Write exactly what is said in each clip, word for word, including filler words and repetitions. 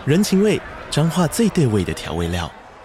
人情味，彰化最对味的调味料。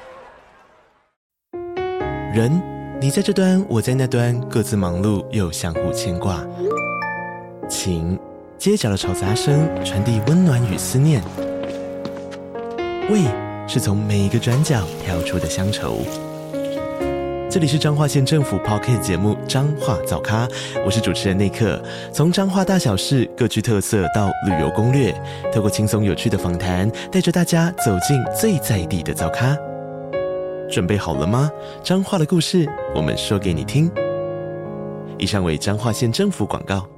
人，你在这端，我在那端，各自忙碌又相互牵挂。情，街角的吵杂声传递温暖与思念。味，是从每一个转角跳出的乡愁。这里是彰化县政府 Podcast 节目《彰化早咖》，我是主持人内克。从彰化大小事各具特色到旅游攻略，透过轻松有趣的访谈，带着大家走进最在地的早咖。准备好了吗？彰化的故事，我们说给你听。以上为彰化县政府广告。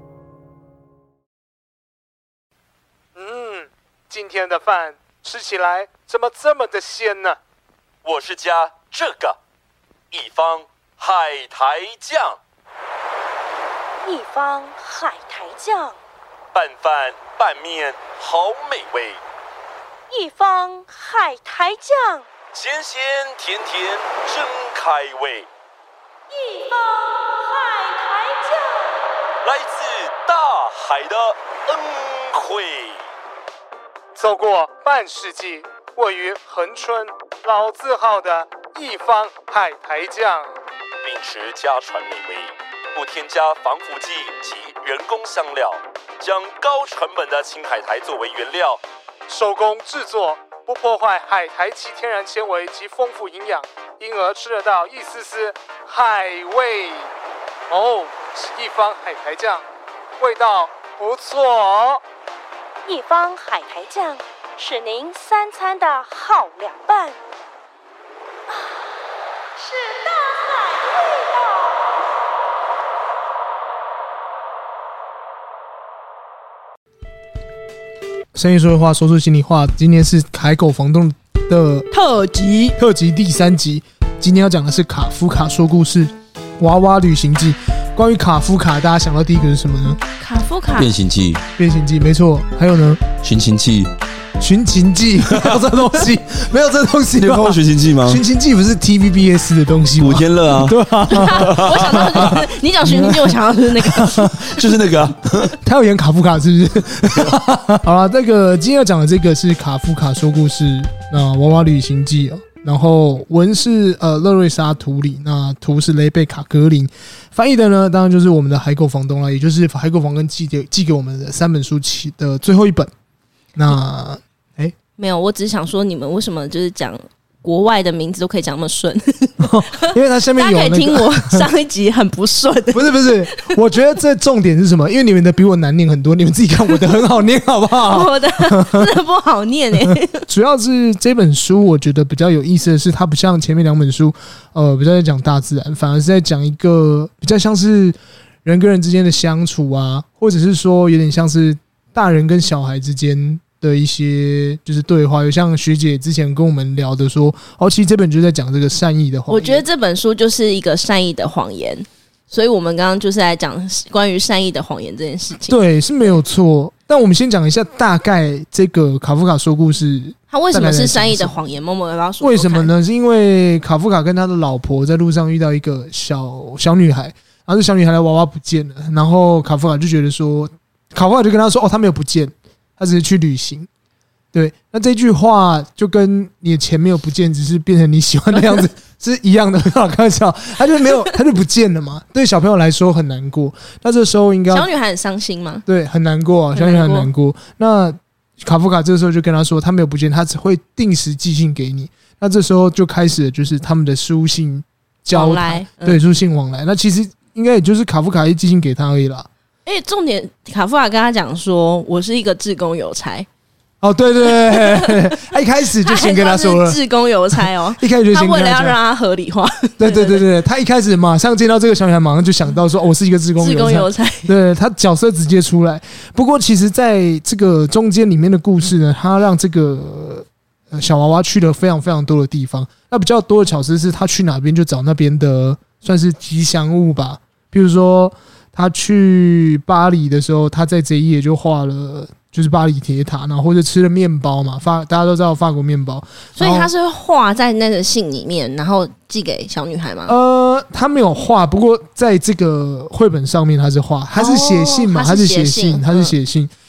嗯，今天的饭吃起来怎么这么的鲜呢？ 我是加这个。一方海苔酱， 一方海苔酱， 拌饭拌面好美味。 一方海苔酱， 咸咸甜甜真开胃。 一方海苔酱， 来自大海的恩惠。 走过半世纪，位于恒春老字号的一方海苔酱， 秉持家传美味，不添加防腐剂及人工香料，将高成本的青海苔作为原料， 手工制作，不破坏海苔其天然纤维及丰富营养，因而吃得到一丝丝海味。哦，是一方海苔酱，味道不错哦。 一方海苔酱是您三餐的好凉拌。是大海味道。 深夜说的话，说出心里话。今天是海狗房东的特辑， 特辑第三集。今天要讲的是卡夫卡说故事《娃娃旅行记》。关于卡夫卡，大家想到第一个是什么呢？ 卡夫卡变形记， 变形记，没错。还有呢？ 寻情记。 寻情记没有这东西，没有这东西。 你有看过寻情记吗？ 寻情记不是 T V B S 的东西吗？ 古天乐啊， 对啊。 我想到的就是你讲寻情记，我想到的是那个， 就是那个、啊。 他有演卡夫卡是不是？好了，这个今天要讲的这个是卡夫卡说故事，那娃娃旅行记哦。然后文是呃勒瑞莎图里，那图是雷贝卡格林，翻译的呢当然就是我们的海狗房东了，也就是海狗房东寄给寄给我们的三本书起的最后一本。那哎， 没有，我只是想说你们为什么就是讲国外的名字都可以讲那么顺？ 因为它下面有、那個、 大家可以听我上一集很不顺。 不是不是，我觉得这重点是什么？因为你们的比我难念很多，你们自己看我的很好念，好不好？ 我的真的不好念哎、欸。 主要是这本书，我觉得比较有意思的是，它不像前面两本书，呃，比较在讲大自然，反而是在讲一个比较像是人跟人之间的相处啊，或者是说有点像是大人跟小孩之间的一些就是对话，有像学姐之前跟我们聊的说，哦，其实这本就在讲这个善意的谎言。 我觉得这本书就是一个善意的谎言，所以我们刚刚就是在讲关于善意的谎言这件事情。 对，是没有错。但我们先讲一下大概这个卡夫卡说故事， 他为什么是善意的谎言？默默要不要说说看？ 为什么呢？是因为卡夫卡跟他的老婆在路上遇到一个小小女孩，然后这小女孩的娃娃不见了，然后卡夫卡就觉得说，卡夫卡就跟他说，哦，他没有不见。他只是去旅行，对，那这句话就跟你的钱没有不见，只是变成你喜欢的样子是一样的。开玩笑，他就没有，他就不见了嘛。对小朋友来说很难过，那这时候应该小女孩很伤心吗？ 对，很难过啊，小女孩很难过。那卡夫卡这时候就跟他说，他没有不见，他只会定时寄信给你。那这时候就开始了，就是他们的书信交谈，嗯、对，书信往来。那其实应该也就是卡夫卡一寄信给他而已啦。 因为重点，卡夫卡跟他讲说，我是一个志工邮差。 哦，对对对，他一开始就先跟他说了， 志工邮差哦， 一开始就先跟他讲， 他为了要让他合理化， 对对对对，他一开始马上见到这个小女孩，马上就想到说，哦，我是一个志工志工邮差， 对，他角色直接出来。不过，其实在这个中间里面的故事呢，他让这个小娃娃去了非常非常多的地方。那比较多的巧思是他去哪边就找那边的算是吉祥物吧，比如说。他去巴黎的时候，他在这一页就画了，就是巴黎铁塔，然后或者吃了面包嘛，法大家都知道法国面包， 所以他是画在那个信里面，然后寄给小女孩吗？ 呃，他没有画，不过在这个绘本上面他是画，他是写信嘛，他是写信，他是写信。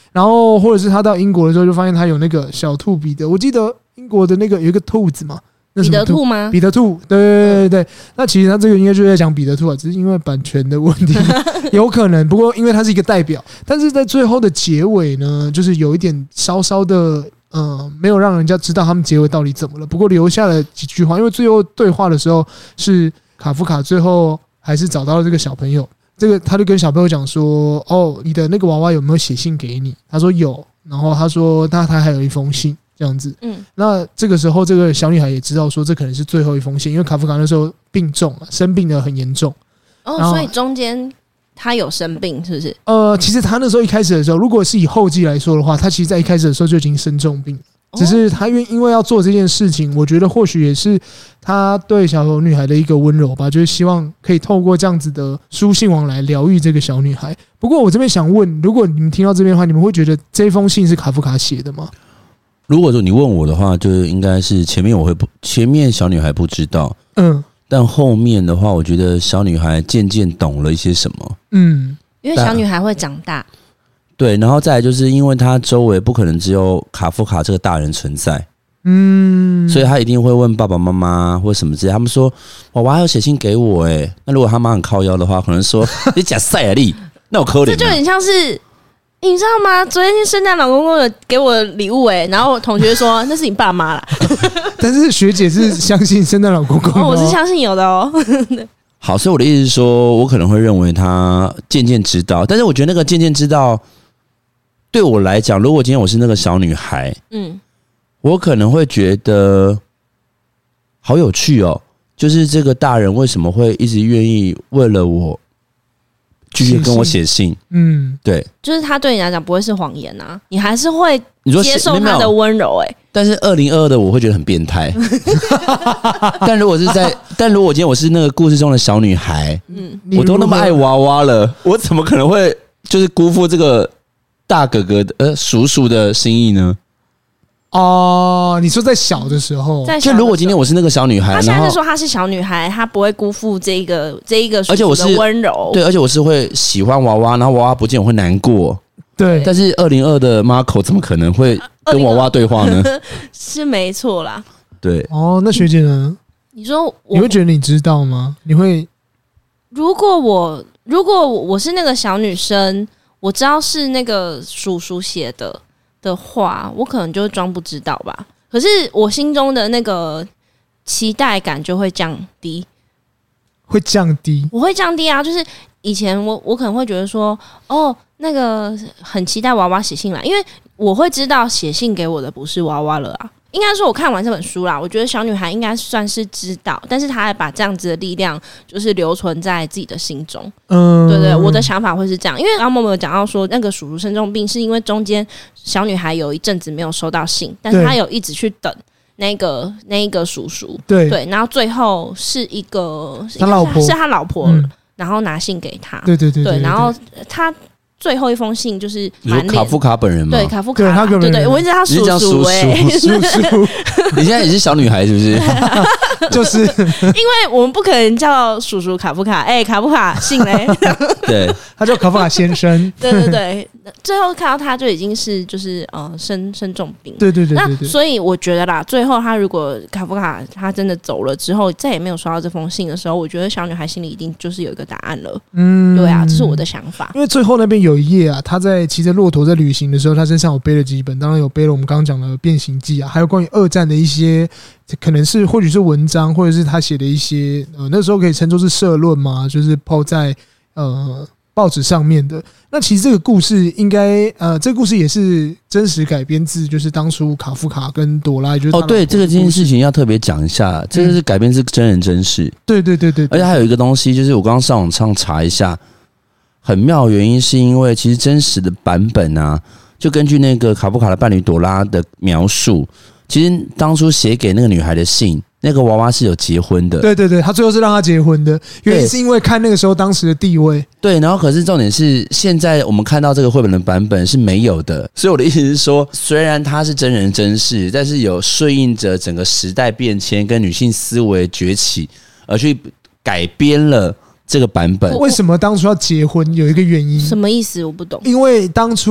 然后或者是他到英国的时候，就发现他有那个小兔彼得。我记得英国的那个有一个兔子嘛，那彼得兔吗？ 彼得兔，对对对对。那其实他这个应该就是在讲彼得兔啊，只是因为版权的问题，有可能。不过因为它是一个代表，但是在最后的结尾呢，就是有一点稍稍的。呃，没有让人家知道他们结尾到底怎么了。不过留下了几句话，因为最后对话的时候是卡夫卡最后还是找到了这个小朋友，这个他就跟小朋友讲说：“哦，你的那个娃娃有没有写信给你？”他说有，然后他说那他还有一封信这样子。嗯，那这个时候这个小女孩也知道说这可能是最后一封信，因为卡夫卡那时候病重了，生病的很严重。 哦，所以中间。他有生病是不是？ 呃，其实他那时候一开始的时候，如果是以后记来说的话，他其实在一开始的时候就已经生重病了。只是他因为因为要做这件事情，我觉得或许也是他对小女孩的一个温柔吧，就是希望可以透过这样子的书信往来疗愈这个小女孩。不过我这边想问，如果你们听到这边的话，你们会觉得这封信是卡夫卡写的吗？ 如果说你问我的话，就应该是前面我会不，前面小女孩不知道， 嗯。 但后面的话，我觉得小女孩渐渐懂了一些什么。 嗯， 因为小女孩会长大。 对，然后再来就是因为她周围不可能只有卡夫卡这个大人存在， 嗯， 所以她一定会问爸爸妈妈或什么之类。他们说娃娃有写信给我，哎，那如果他妈很靠腰的话，可能说你假赛尔利，那我可怜。 这就很像是。你知道吗？昨天圣诞老公公有给我礼物哎、欸，然后同学说那是你爸妈啦。 但是学姐是相信圣诞老公公、哦哦，我是相信有的哦。 好，所以我的意思是说，我可能会认为他渐渐知道，但是我觉得那个渐渐知道，对我来讲，如果今天我是那个小女孩，嗯，我可能会觉得好有趣哦，就是这个大人为什么会一直愿意为了我。继续跟我写信，嗯，对， 就是他对你来讲不会是谎言啊，你还是会接受他的温柔、欸，哎， 但是二零二二的我会觉得很变态。但如果是在，但如果今天我是那个故事中的小女孩，嗯，我都那么爱娃娃了，我怎么可能会就是辜负这个大哥哥的呃叔叔的心意呢？ 哦，你说在小的时候， 在就如果今天我是那个小女孩， 她现在是说她是小女孩，她不会辜负这个这一个， 而且我是温柔， 对，而且我是会喜欢娃娃，然后娃娃不见我会难过， 对。 但是二零二的 Marco 怎么可能会跟娃娃对话呢？ 是没错啦， 对。 哦，那学姐呢？ 你说你会觉得你知道吗？你会？ 如果我如果我是那个小女生，我知道是那个叔叔写的。的话，我可能就会装不知道吧。可是我心中的那个期待感就会降低， 会降低， 我会降低啊。就是以前我我可能会觉得说，哦，那个很期待娃娃写信来，因为我会知道写信给我的不是娃娃了啊。应该说，我看完这本书啦，我觉得小女孩应该算是知道，但是她还把这样子的力量，就是留存在自己的心中。嗯，对对，我的想法会是这样，因为刚刚默默有讲到说，那个叔叔生重病是因为中间小女孩有一阵子没有收到信，但是她有一直去等那个那一个叔叔， 对对，然后最后是一个他老婆， 是他老婆，嗯、然后拿信给他， 对对 对, 对, 对，然后他。最后一封信就是满脸卡夫卡本人吗？ 对，卡夫卡， 对，他对对，我一直叫他叔叔哎、欸， 叔叔， 你现在也是小女孩是不是？ 就是因为我们不可能叫叔叔卡夫卡，哎、欸，卡夫卡姓嘞， 对， 他叫卡夫卡先生， 对对对，最后看到他就已经是就是呃生生重病， 对对对对对， 那所以我觉得啦，最后他如果卡夫卡他真的走了之后，再也没有收到这封信的时候，我觉得小女孩心里一定就是有一个答案了，嗯，对啊，这是我的想法， 因为最后那边有。有一页啊，他在骑着骆驼在旅行的时候，他身上有背了几本，当然有背了我们刚刚讲的《变形记》啊，还有关于二战的一些，可能是或许是文章，或者是他写的一些，呃，那时候可以称作是社论嘛，就是抛在呃报纸上面的。那其实这个故事应该，呃，这个故事也是真实改编自，就是当初卡夫卡跟朵拉，就是哦，对，这个这件事情要特别讲一下，这个是改编自真人真事，嗯、 对, 对对对对， 而且还有一个东西，就是我刚刚上网上查一下。很妙的原因是因为其实真实的版本啊，就根据那个卡夫卡的伴侣朵拉的描述，其实当初写给那个女孩的信，那个娃娃是有结婚的。 对对对，他最后是让她结婚的，原因是因为看那个时候当时的地位。 对，然后可是重点是，现在我们看到这个绘本的版本是没有的，所以我的意思是说，虽然它是真人真事，但是有顺应着整个时代变迁跟女性思维崛起而去改编了。这个版本为什么当初要结婚？有一个原因， 什么意思？我不懂。 因为当初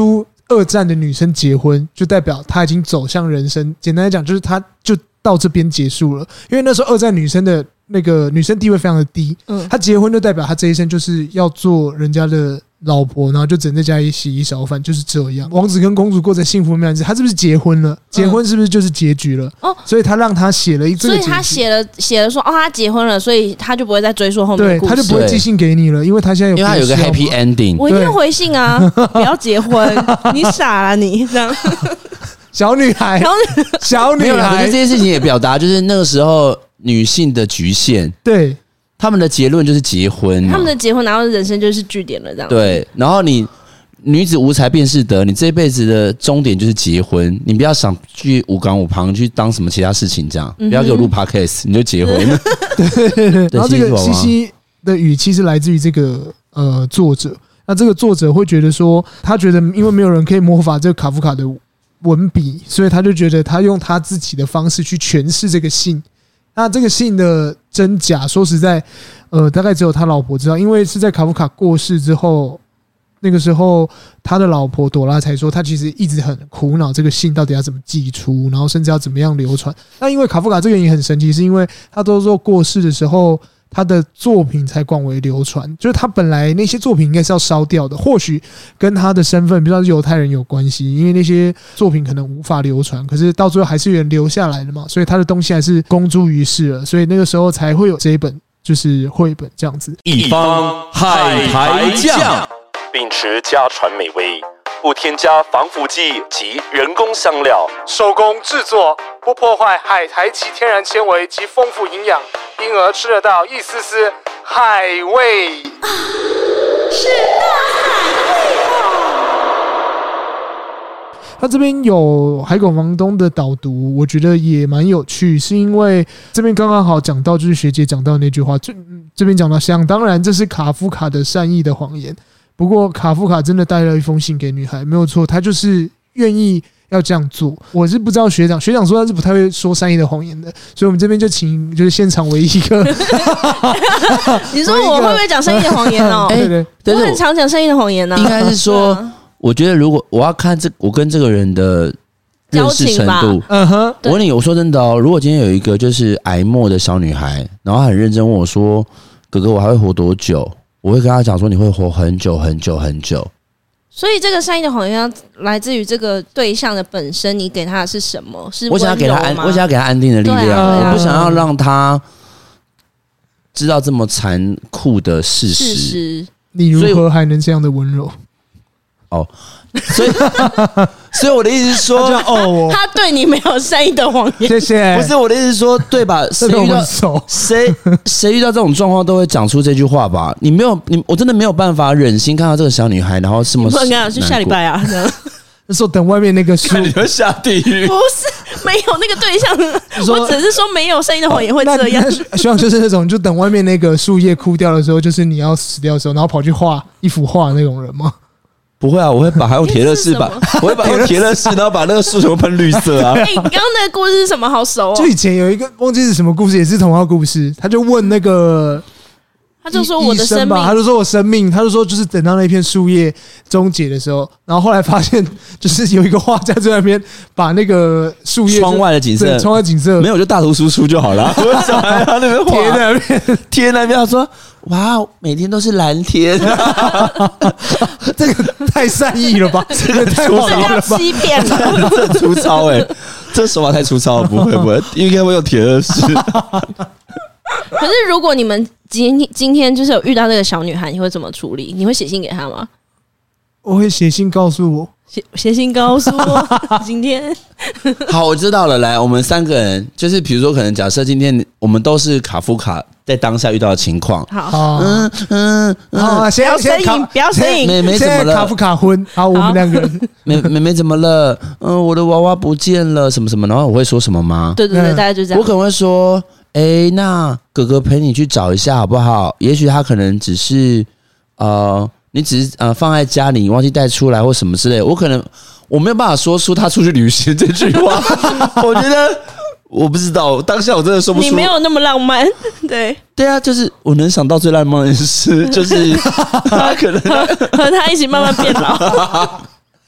二战的女生结婚，就代表她已经走向人生。简单来讲，就是她就到这边结束了。因为那时候二战女生的那个女生地位非常的低，嗯，她结婚就代表她这一生就是要做人家的老婆，然后就整在家里洗衣烧饭，就是这样。王子跟公主过着幸福美满日子，他是不是结婚了？结婚是不是就是结局了？哦，所以他让他写了一这个结局， 所以他写了写了说，哦，他结婚了，所以他就不会再追溯后面的故事， 对，他就不会寄信给你了，因为他现在有， 因为他有个 happy ending。 我一定回信啊，不要结婚，你傻了你这样。 小女孩，小女孩， 可是这件事情也表达就是那个时候女性的局限， 对。 他们的结论就是结婚， 他们的结婚，然后人生就是据点了，这样。 对，然后你女子无才便是德，你这一辈子的终点就是结婚，你不要想去五港五旁去当什么其他事情，这样、嗯、不要给我录 podcast， 你就结婚。 对对对。然后这个西西的语气是来自于这个呃作者，那这个作者会觉得说，他觉得因为没有人可以模仿这个卡夫卡的文笔，所以他就觉得他用他自己的方式去诠释这个信。那这个信的真假，说实在，呃，大概只有他老婆知道，因为是在卡夫卡过世之后，那个时候他的老婆朵拉才说，他其实一直很苦恼这个信到底要怎么寄出，然后甚至要怎么样流传。那因为卡夫卡这个人也很神奇，是因为他都说过世的时候，他的作品才广为流传，就是他本来那些作品应该是要烧掉的，或许跟他的身份，比如说是犹太人有关系，因为那些作品可能无法流传，可是到最后还是有人留下来的嘛，所以他的东西还是公诸于世了，所以那个时候才会有这一本就是绘本这样子。 一方海苔酱，秉持家传美味，不添加防腐剂及人工香料， 手工制作，不破坏海苔其天然纤维及丰富营养，因而吃得到一丝丝海味。啊，是大海味他这边有海狗房东的导读，我觉得也蛮有趣，是因为这边刚刚好讲到，就是学姐讲到那句话，这这边讲到，想当然这是卡夫卡的善意的谎言。不过卡夫卡真的带了一封信给女孩，没有错，他就是愿意要这样做。我是不知道学长，学长说他是不太会说善意的谎言的，所以我们这边就请就是现场唯一一个。 你说我会不会讲善意的谎言哦？ 对对对， 我很常讲善意的谎言呢、啊。 应该是说，我觉得如果我要看这我跟这个人的认识程度，嗯哼，我问你，我说真的哦，如果今天有一个就是癌末的小女孩，然后很认真问我说：“哥哥，我还会活多久？”我会跟他讲说，你会活很久很久很久。 所以这个善意的谎言来自于这个对象的本身，你给他的是什么？是我想要给他安，我想要给他安定的力量，啊啊、我不想要让他知道这么残酷的事实。事实你如何还能这样的温柔？ 哦，所以，所以我的意思是说， 他, 哦、 他对你没有善意的谎言。 谢谢。 不是我的意思是说，对吧？谁遇到谁谁遇到这种状况都会讲出这句话吧？你没有，你我真的没有办法忍心看到这个小女孩，然后这么不能跟她去下礼拜啊。 那时候等外面那个树， 你会下地狱。 不是，没有那个对象，我只是说没有善意的谎言会这样。 希望就是那种，就等外面那个树叶枯掉的时候，就是你要死掉的时候，然后跑去画一幅画那种人吗？ 不会啊，我会把它用铁乐士把，我会把用铁乐士，然后把那个树全部喷绿色啊。 哎、欸，你刚刚那个故事是什么？好熟哦！ 就以前有一个忘记是什么故事，也是童话故事，他就问那个。 他就说我的生命， 他就说我生命，他就说就是等到那片树叶终结的时候，然后后来发现就是有一个画家在那边把那个树叶窗外的景色， 窗外景色没有就大图输出就好了。我小孩他那边贴那边贴那边，他说哇，每天都是蓝天， 这个太善意了吧？这个太谎言了吧？欺骗了， 这粗糙哎、欸，这手法太粗糙了，不会不会，应该会用铁乐士。 可是如果你们今天今天就是有遇到这个小女孩，你会怎么处理？你会写信给她吗？ 我会写信告诉我， 写写信告诉我今天。 好，我知道了。来，我们三个人就是比如说，可能假设今天我们都是卡夫卡在当下遇到的情况。 好， 嗯嗯嗯， 好， 不要声音，不要声音。 妹妹怎么了？ 卡夫卡婚。好，我们两个人。 妹妹妹怎么了？嗯，我的娃娃不见了，什么什么。然后我会说什么吗？ 对对对，大概就这样。 我可能会说。哎、欸，那哥哥陪你去找一下好不好？也许他可能只是呃，你只是呃放在家里，你忘记带出来或什么之类的。我可能我没有办法说出他出去旅行这句话。我觉得我不知道，当下我真的说不出。 你没有那么浪漫，对对啊，就是我能想到最浪漫的事，就是他可能和他一起慢慢变老。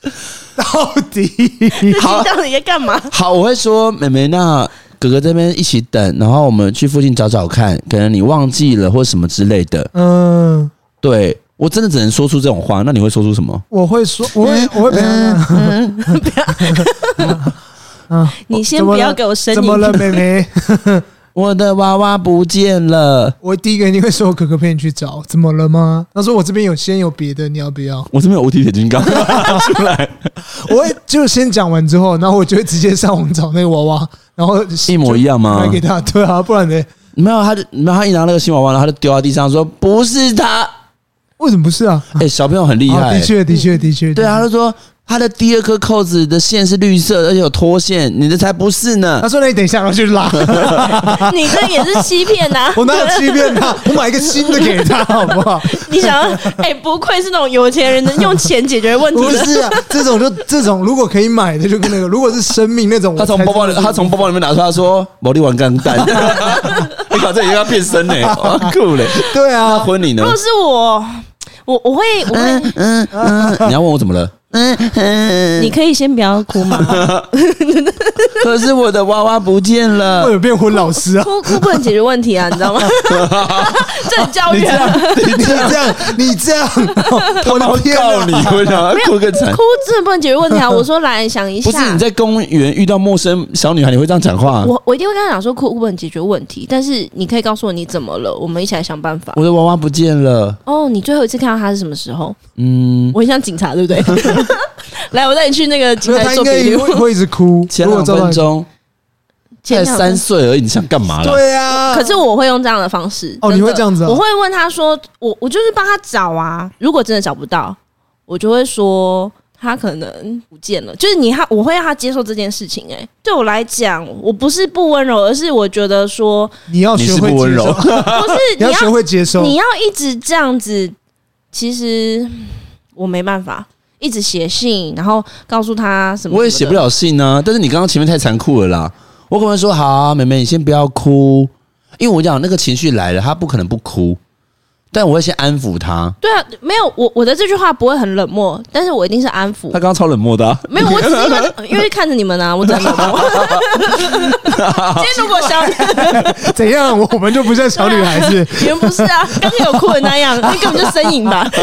到底好，到底在干嘛？ 好，我会说妹妹，那哥哥这边一起等，然后我们去附近找找看，可能你忘记了或什么之类的。嗯，对我真的只能说出这种话，那你会说出什么？ 我会说，我会，我会陪他。嗯，不要。嗯，你先不要给我声音。 怎么了，妹妹？ 我的娃娃不见了。 我第一个一定会说，我哥哥陪你去找。怎么了吗？他说我这边有先有别的，你要不要？ 我这边有无敌铁金刚出来。 我会就先讲完之后，然后我就会直接上网找那个娃娃，然后一模一样吗？ 买给他。对啊，不然呢？ 没有，他就没有，他一拿那个新娃娃，然后他就丢在地上，说不是他。 为什么不是啊？ 哎、欸，小朋友很厉害、欸哦。的确，的确，的确。 对啊，他就说。他的第二颗扣子的线是绿色，而且有脱线，你的才不是呢。 他说：“那你等一下，我去拉。” 你这也是欺骗呐、啊！ 我哪有欺骗他？我买一个新的给他，好不好？ 你想要？哎、欸，不愧是那种有钱人，能用钱解决问题的。 不是啊，这种就这种，如果可以买的，就跟那个，如果是生命那种， 他从包包里，他从包包里面拿出来说：“毛利玩钢弹。”你搞这也要变身呢、欸，酷嘞！ 对啊， 婚礼呢？ 如果是我，我我会，我会， 嗯嗯嗯，你要问我怎么了？ 嗯嗯，你可以先不要哭吗？ 可是我的娃娃不见了， 我有变婚老师啊！ 哭哭不能解决问题啊，你知道吗？这很教育。 你这样，你这样，你这样， 我的天啊！你我想要哭更惨， 哭真的不能解决问题啊！我说来想一下， 不是你在公园遇到陌生小女孩，你会这样讲话？ 我我一定会跟她讲说哭不能解决问题，但是你可以告诉我你怎么了，我们一起来想办法。 我的娃娃不见了。 哦，你最后一次看到她是什么时候？嗯，我很像警察，对不对？来，我带你去那个警察做笔录。 会会一直哭。 前两分钟，才三岁而已，你想干嘛了？ 对啊。 可是我会用这样的方式。 哦，你会这样子、啊？ 我会问他说：“我我就是帮他找啊。如果真的找不到，我就会说他可能不见了。就是你他，我会让他接受这件事情、欸。哎，对我来讲，我不是不温柔，而是我觉得说你要学会温柔， 不是你要学会接受， 你要一直这样子。其实我没办法。”一直写信，然后告诉他什么什么， 我也写不了信啊。但是你刚刚前面太残酷了啦。我可能说好、啊，妹妹你先不要哭，因为我讲那个情绪来了，他不可能不哭，但我会先安抚他。 对啊，没有我我的这句话不会很冷漠，但是我一定是安抚。 他刚刚超冷漠的、啊， 没有，我只是因为因为看着你们啊，我真的冷漠。今天如果小怎样，我们就不像小女孩子。 你们不是啊，刚才有哭的那样，那根本就呻吟吧。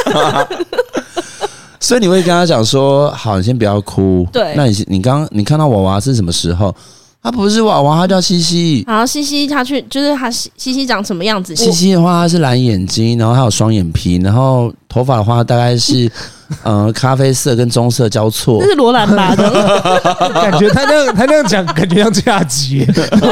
所以你会跟他讲说：“好，你先不要哭。” 对， 那你你刚你看到娃娃是什么时候？他不是娃娃，他叫西西。 好，西西他去就是他西西长什么样子？ 西西的话，他是蓝眼睛，然后还有双眼皮，然后头发的话大概是呃咖啡色跟棕色交错。 那是罗兰吧的， 感觉他那样他那样讲，感觉像恰吉。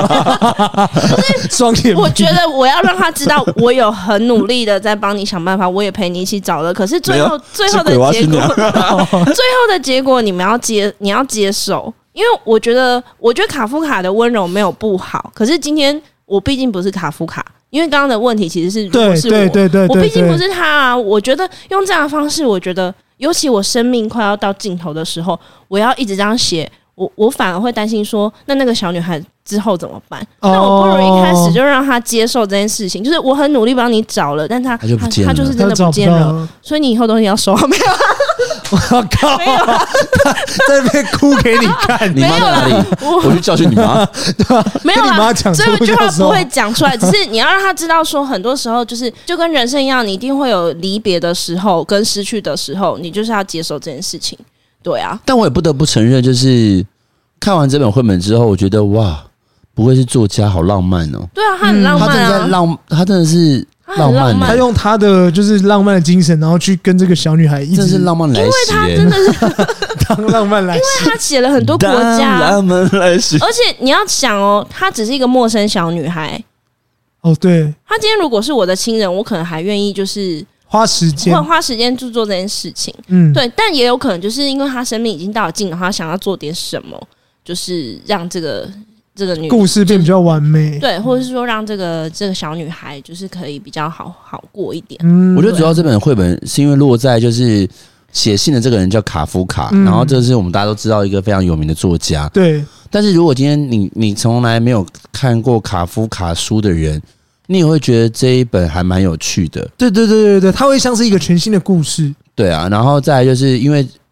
双眼皮， 我觉得我要让他知道，我有很努力的在帮你想办法，我也陪你一起找了。可是最后最后的结果，最后的结果你们要接你要接受。因为我觉得，我觉得卡夫卡的温柔没有不好，可是今天我毕竟不是卡夫卡，因为刚刚的问题其实是，如果是我， 对对对对， 我毕竟不是他啊。我觉得用这样的方式，我觉得，尤其我生命快要到尽头的时候，我要一直这样写，我我反而会担心说，那那个小女孩之后怎么办？那我不如一开始就让她接受这件事情，就是我很努力帮你找了，但她她就不见了， 她就是真的不见了，所以你以后东西要收好没有？ 我靠！没有啊，在那边哭给你看。 你妈在哪里？我, 我去教训你妈。 没有啦， 这句话不会讲出来，只是你要让他知道说，很多时候就是就跟人生一样，你一定会有离别的时候，跟失去的时候，你就是要接受这件事情。对啊， 但我也不得不承认，就是看完这本绘本之后，我觉得哇，不愧是作家，好浪漫哦。 对啊，他很浪漫啊， 他真的在浪，他真的是。浪漫， 他用他的就是浪漫的精神，然后去跟这个小女孩一直， 真是浪漫来袭、欸， 因为他真的是当浪漫来袭， 因为他写了很多国家， 浪漫来袭。 而且你要想哦，她只是一个陌生小女孩。 哦，对， 她今天如果是我的亲人，我可能还愿意就是花时间， 会花时间去做这件事情。嗯，对，但也有可能就是因为她生命已经到了尽头，她想要做点什么，就是让这个。这个女故事变比较完美， 对，或者是说让这个这个小女孩就是可以比较好好过一点。 嗯，我觉得主要这本绘本是因为落在就是写信的这个人叫卡夫卡，嗯、然后这是我们大家都知道一个非常有名的作家。 对， 但是如果今天你你从来没有看过卡夫卡书的人，你也会觉得这一本还蛮有趣的。 对对对对对，它会像是一个全新的故事。 对啊，然后再来就是因为。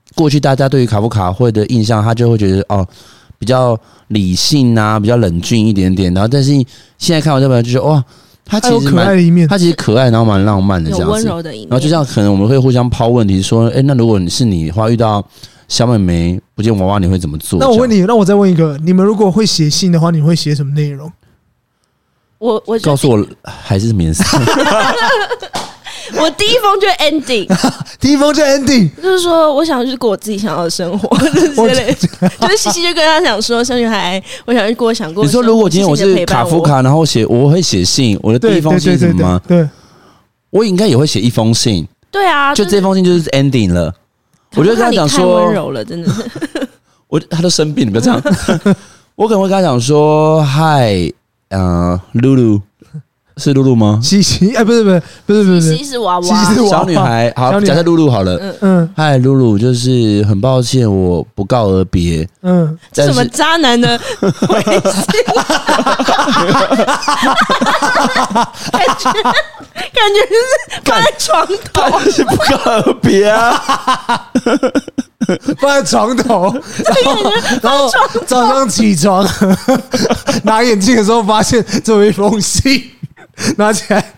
过去大家对于卡夫卡会的印象，他就会觉得哦比较理性啊，比较冷峻一点点，然后但是现在看完这本就觉得哇，他其实可爱的一面， 他其实可爱，然后蛮浪漫的这样子， 有温柔的一面。 然后就像可能我们会互相抛问题，说，哎，那如果你是你的话，遇到小美眉不见娃娃，你会怎么做？ 那我问你，那我再问一个，你们如果会写信的话，你会写什么内容？ 我我告诉我还是什么颜色？ 我第一封就 ending， 第一封就 ending， 就是说我想去过我自己想要的生活之类的。就是西西就跟他讲说，小女孩，我想去过我想过的生活。 你说如果今天我是卡夫卡，然后写我会写信，我的第一封信是什么吗？ 对，对对对对我应该也会写一封信。 对啊， 就这封信就是 ending 了。我就跟他讲说， 太温柔了，真的是。 我他都生病，你不要这样。我可能会跟他讲说，嗨，呃，露露。是露露吗？ 西西，哎，不是不是不是不是， 西西是娃娃， 西西是娃娃小女孩。好，假设露露好了。嗯嗯， 嗨，露露，就是很抱歉，我不告而别。嗯， 这什么渣男的回信？感觉感觉就是放在床头， 是不告而别啊。 放在床头，然后早上起床拿眼镜的时候，发现这有一封信，拿起来，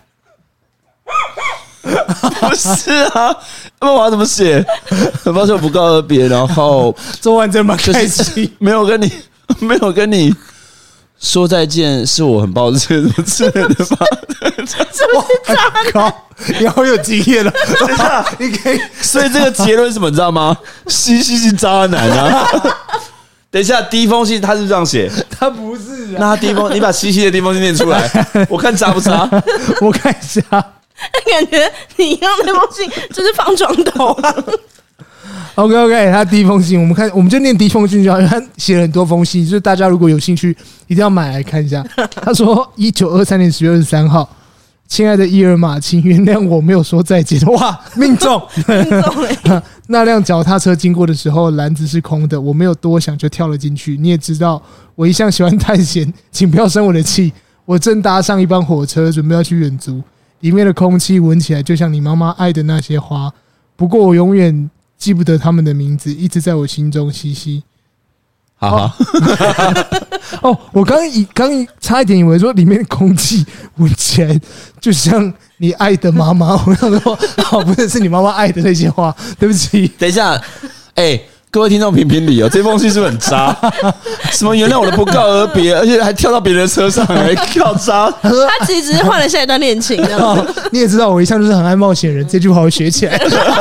不是啊，那我要怎么写？很抱歉我不告而别，然后做完真蛮开心， 没有跟你没有跟你说再见，是我很抱歉，什么之类的吧？ 这是渣男， 你好有经验了，你可以。 所以这个结论是什么？你知道吗？西西是渣男啊！等一下，第一封信他是这样写， 他不是、啊。 那他第一封，你把西西的第一封信念出来，我看渣不渣？ 我看一下， 感觉你用那封信就是放床头啊。 OK OK， 他第一封信，我们看，我们就念第一封信就好，他写了很多封信，就是大家如果有兴趣，一定要买来看一下。他说，一九二三年十月二十三号，亲爱的伊尔玛，请原谅我没有说再见。哇，命中！ 命中欸、 那辆脚踏车经过的时候，篮子是空的，我没有多想就跳了进去。你也知道，我一向喜欢探险，请不要生我的气。我正搭上一班火车，准备要去远足，里面的空气闻起来就像你妈妈爱的那些花。不过我永远记不得他们的名字，一直在我心中。西西， 好好哦，我刚刚刚差一点以为说里面的空气闻起来就像你爱的妈妈，我想说，好，不是是你妈妈爱的那些话，对不起。 等一下，哎、欸。各位听众评评理哦，这封信是不是很渣？什么原谅我的不告而别，而且还跳到别人的车上来跳渣。 他其实只是换了下一段恋情。 哦，你也知道我一向就是很爱冒险人，这句话我学起来。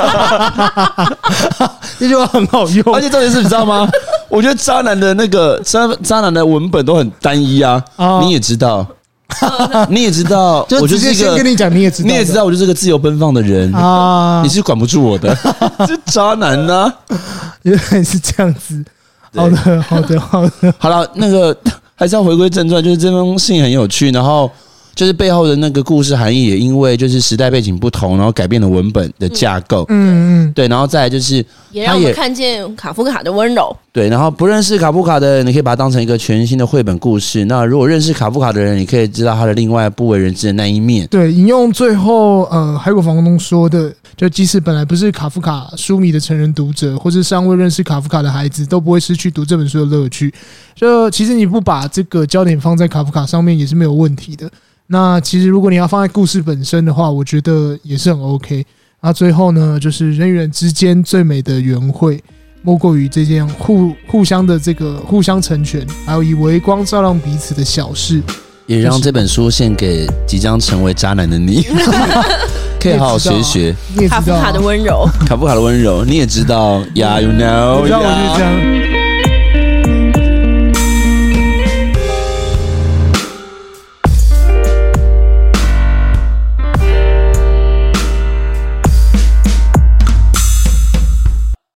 这句话很好用， 而且重点是你知道吗？我觉得渣男的那个渣渣男的文本都很单一啊，哦、你也知道。你也知道， 就直接先跟你讲，你也知道， 你也知道，我就是个自由奔放的人啊，你是管不住我的，这渣男呢、啊， 原来是这样子。好的，好的，好的。 好了，那个还是要回归正传，就是这封信很有趣，然后就是背后的那个故事含义也因为就是时代背景不同，然后改变了文本的架构。嗯嗯，对，然后再来就是也让我们看见卡夫卡的温柔。 对，然后不认识卡夫卡的人，你可以把它当成一个全新的绘本故事。那如果认识卡夫卡的人，你可以知道他的另外不为人知的那一面。 对，引用最后呃海狗房东说的，就即使本来不是卡夫卡书迷的成人读者，或是尚未认识卡夫卡的孩子，都不会失去读这本书的乐趣。就其实你不把这个焦点放在卡夫卡上面也是没有问题的。那其实如果你要放在故事本身的话，我觉得也是很 OK。那最后呢，就是人与人之间最美的缘会，莫过于这件互互相的这个互相成全，还有以微光照亮彼此的小事， 也让这本书献给即将成为渣男的你，可以好好学学卡夫卡的温柔， 卡夫卡的温柔，你也知道呀 ，you know， 你知道我就是这样。